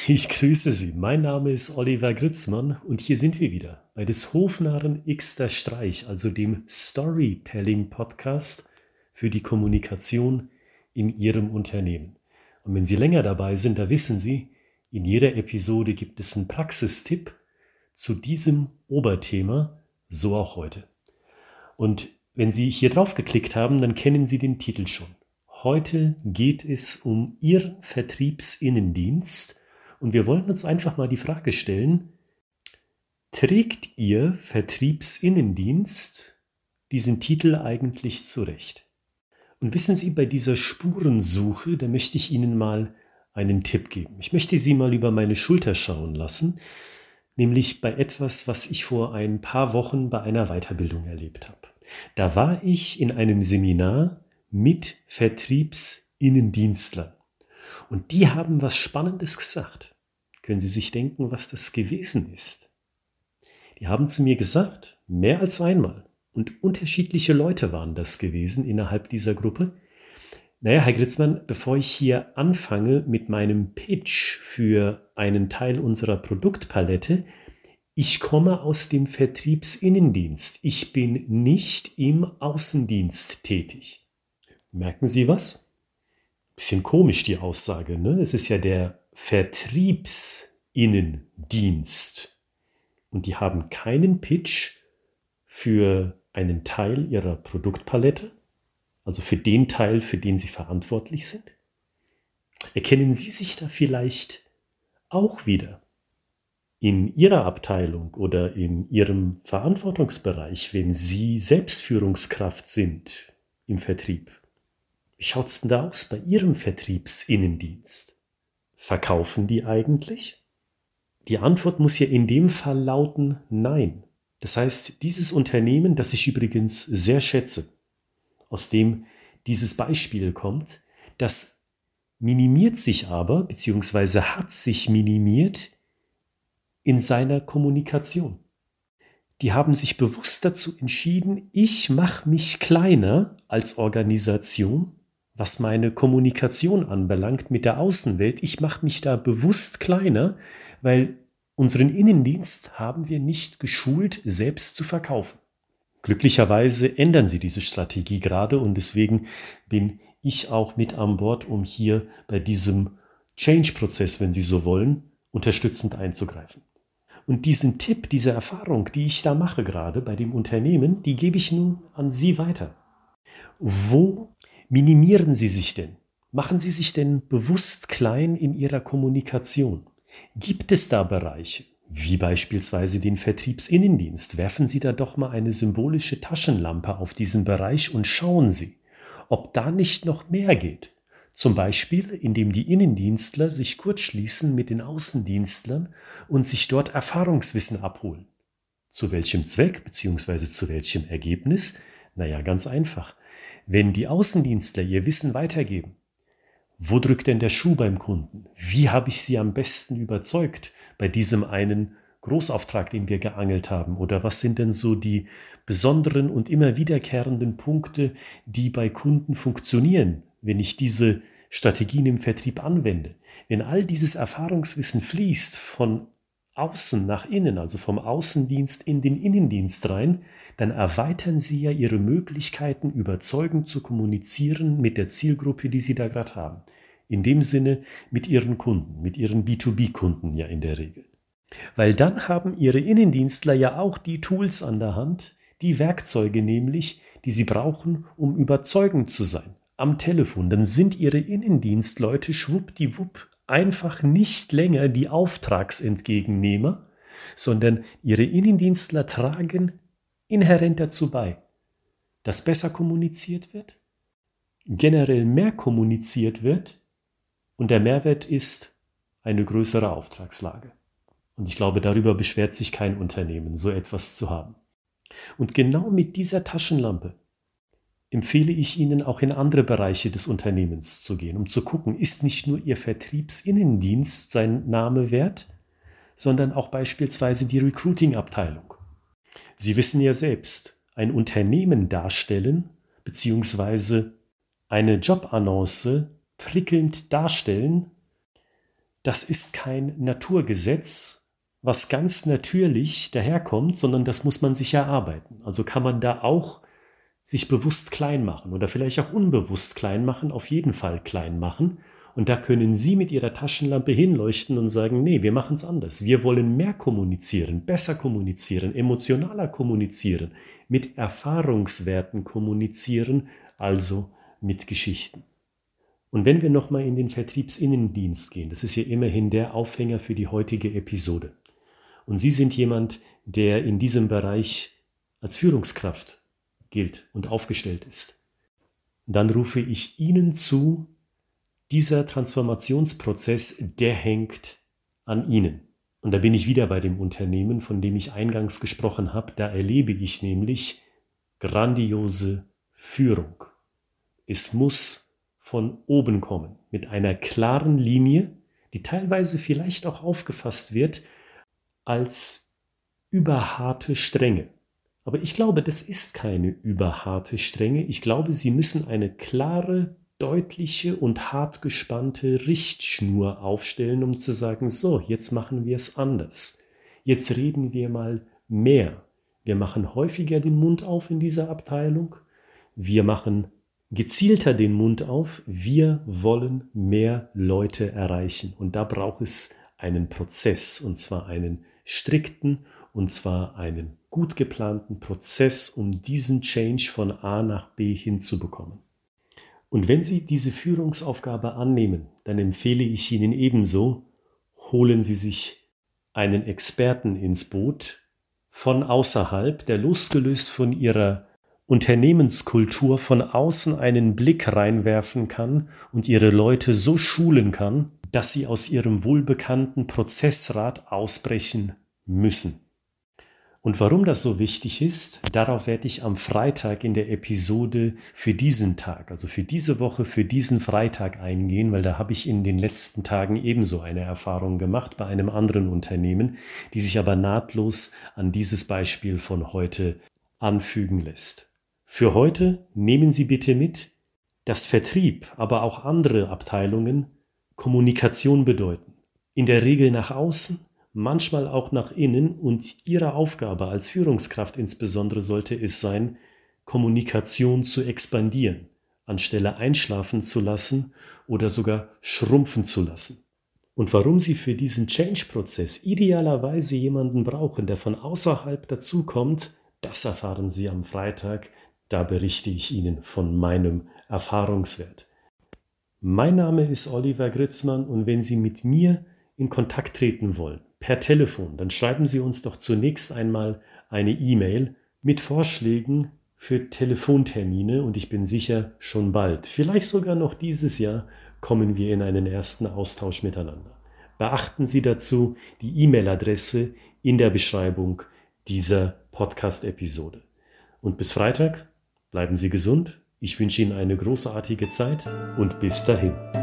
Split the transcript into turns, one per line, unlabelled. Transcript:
Ich grüße Sie. Mein Name ist Oliver Gritzmann und hier sind wir wieder bei des Hofnarren Xter Streich, also dem Storytelling-Podcast für die Kommunikation in Ihrem Unternehmen. Und wenn Sie länger dabei sind, da wissen Sie, in jeder Episode gibt es einen Praxistipp zu diesem Oberthema, so auch heute. Und wenn Sie hier drauf geklickt haben, dann kennen Sie den Titel schon. Heute geht es um Ihren Vertriebsinnendienst. Und wir wollen uns einfach mal die Frage stellen, trägt Ihr Vertriebsinnendienst diesen Titel eigentlich zurecht? Und wissen Sie, bei dieser Spurensuche, da möchte ich Ihnen mal einen Tipp geben. Ich möchte Sie mal über meine Schulter schauen lassen, nämlich bei etwas, was ich vor ein paar Wochen bei einer Weiterbildung erlebt habe. Da war ich in einem Seminar mit Vertriebsinnendienstlern. Und die haben was Spannendes gesagt. Können Sie sich denken, was das gewesen ist? Die haben zu mir gesagt, mehr als einmal, und unterschiedliche Leute waren das gewesen innerhalb dieser Gruppe. Naja, Herr Gritzmann, bevor ich hier anfange mit meinem Pitch für einen Teil unserer Produktpalette, ich komme aus dem Vertriebsinnendienst. Ich bin nicht im Außendienst tätig. Merken Sie was? Bisschen komisch die Aussage, ne? Es ist ja der Vertriebsinnendienst. Und die haben keinen Pitch für einen Teil ihrer Produktpalette, also für den Teil, für den sie verantwortlich sind. Erkennen Sie sich da vielleicht auch wieder in Ihrer Abteilung oder in Ihrem Verantwortungsbereich, wenn Sie Selbstführungskraft sind im Vertrieb? Wie schaut es denn da aus bei Ihrem Vertriebsinnendienst? Verkaufen die eigentlich? Die Antwort muss ja in dem Fall lauten Nein. Das heißt, dieses Unternehmen, das ich übrigens sehr schätze, aus dem dieses Beispiel kommt, das minimiert sich aber, beziehungsweise hat sich minimiert in seiner Kommunikation. Die haben sich bewusst dazu entschieden, ich mache mich kleiner als Organisation, was meine Kommunikation anbelangt mit der Außenwelt. Ich mache mich da bewusst kleiner, weil unseren Innendienst haben wir nicht geschult, selbst zu verkaufen. Glücklicherweise ändern sie diese Strategie gerade und deswegen bin ich auch mit an Bord, um hier bei diesem Change-Prozess, wenn Sie so wollen, unterstützend einzugreifen. Und diesen Tipp, diese Erfahrung, die ich da mache gerade bei dem Unternehmen, die gebe ich nun an Sie weiter. Wo minimieren Sie sich denn? Machen Sie sich denn bewusst klein in Ihrer Kommunikation? Gibt es da Bereiche, wie beispielsweise den Vertriebsinnendienst? Werfen Sie da doch mal eine symbolische Taschenlampe auf diesen Bereich und schauen Sie, ob da nicht noch mehr geht. Zum Beispiel, indem die Innendienstler sich kurzschließen mit den Außendienstlern und sich dort Erfahrungswissen abholen. Zu welchem Zweck bzw. zu welchem Ergebnis? Naja, ganz einfach. Wenn die Außendienstler ihr Wissen weitergeben, wo drückt denn der Schuh beim Kunden? Wie habe ich sie am besten überzeugt bei diesem einen Großauftrag, den wir geangelt haben? Oder was sind denn so die besonderen und immer wiederkehrenden Punkte, die bei Kunden funktionieren, wenn ich diese Strategien im Vertrieb anwende? Wenn all dieses Erfahrungswissen fließt von außen nach innen, also vom Außendienst in den Innendienst rein, dann erweitern Sie ja Ihre Möglichkeiten, überzeugend zu kommunizieren mit der Zielgruppe, die Sie da gerade haben. In dem Sinne mit Ihren Kunden, mit Ihren B2B-Kunden ja in der Regel. Weil dann haben Ihre Innendienstler ja auch die Tools an der Hand, die Werkzeuge nämlich, die sie brauchen, um überzeugend zu sein. Am Telefon, dann sind Ihre Innendienstleute schwuppdiwupp einfach nicht länger die Auftragsentgegennehmer, sondern Ihre Innendienstler tragen inhärent dazu bei, dass besser kommuniziert wird, generell mehr kommuniziert wird und der Mehrwert ist eine größere Auftragslage. Und ich glaube, darüber beschwert sich kein Unternehmen, so etwas zu haben. Und genau mit dieser Taschenlampe empfehle ich Ihnen auch in andere Bereiche des Unternehmens zu gehen, um zu gucken, ist nicht nur Ihr Vertriebsinnendienst sein Name wert, sondern auch beispielsweise die Recruiting-Abteilung. Sie wissen ja selbst, ein Unternehmen darstellen bzw. eine Jobannonce prickelnd darstellen, das ist kein Naturgesetz, was ganz natürlich daherkommt, sondern das muss man sich erarbeiten. Also kann man da auch sich bewusst klein machen oder vielleicht auch unbewusst klein machen, auf jeden Fall klein machen. Und da können Sie mit Ihrer Taschenlampe hinleuchten und sagen, nee, wir machen es anders. Wir wollen mehr kommunizieren, besser kommunizieren, emotionaler kommunizieren, mit Erfahrungswerten kommunizieren, also mit Geschichten. Und wenn wir nochmal in den Vertriebsinnendienst gehen, das ist ja immerhin der Aufhänger für die heutige Episode. Und Sie sind jemand, der in diesem Bereich als Führungskraft gilt und aufgestellt ist. Dann rufe ich Ihnen zu, dieser Transformationsprozess, der hängt an Ihnen. Und da bin ich wieder bei dem Unternehmen, von dem ich eingangs gesprochen habe. Da erlebe ich nämlich grandiose Führung. Es muss von oben kommen, mit einer klaren Linie, die teilweise vielleicht auch aufgefasst wird als überharte Strenge. Aber ich glaube, das ist keine überharte Strenge. Ich glaube, Sie müssen eine klare, deutliche und hart gespannte Richtschnur aufstellen, um zu sagen, so, jetzt machen wir es anders. Jetzt reden wir mal mehr. Wir machen häufiger den Mund auf in dieser Abteilung. Wir machen gezielter den Mund auf. Wir wollen mehr Leute erreichen. Und da braucht es einen Prozess, und zwar einen strikten, und zwar einen gut geplanten Prozess, um diesen Change von A nach B hinzubekommen. Und wenn Sie diese Führungsaufgabe annehmen, dann empfehle ich Ihnen ebenso, holen Sie sich einen Experten ins Boot von außerhalb, der losgelöst von Ihrer Unternehmenskultur von außen einen Blick reinwerfen kann und Ihre Leute so schulen kann, dass sie aus ihrem wohlbekannten Prozessrad ausbrechen müssen. Und warum das so wichtig ist, darauf werde ich am Freitag in der Episode für diesen Tag, also für diese Woche, für diesen Freitag eingehen, weil da habe ich in den letzten Tagen ebenso eine Erfahrung gemacht bei einem anderen Unternehmen, die sich aber nahtlos an dieses Beispiel von heute anfügen lässt. Für heute nehmen Sie bitte mit, dass Vertrieb, aber auch andere Abteilungen Kommunikation bedeuten. In der Regel nach außen, manchmal auch nach innen, und Ihre Aufgabe als Führungskraft insbesondere sollte es sein, Kommunikation zu expandieren, anstelle einschlafen zu lassen oder sogar schrumpfen zu lassen. Und warum Sie für diesen Change-Prozess idealerweise jemanden brauchen, der von außerhalb dazukommt, das erfahren Sie am Freitag. Da berichte ich Ihnen von meinem Erfahrungswert. Mein Name ist Oliver Gritzmann und wenn Sie mit mir in Kontakt treten wollen, per Telefon, dann schreiben Sie uns doch zunächst einmal eine E-Mail mit Vorschlägen für Telefontermine und ich bin sicher, schon bald, vielleicht sogar noch dieses Jahr, kommen wir in einen ersten Austausch miteinander. Beachten Sie dazu die E-Mail-Adresse in der Beschreibung dieser Podcast-Episode. Und bis Freitag, bleiben Sie gesund, ich wünsche Ihnen eine großartige Zeit und bis dahin.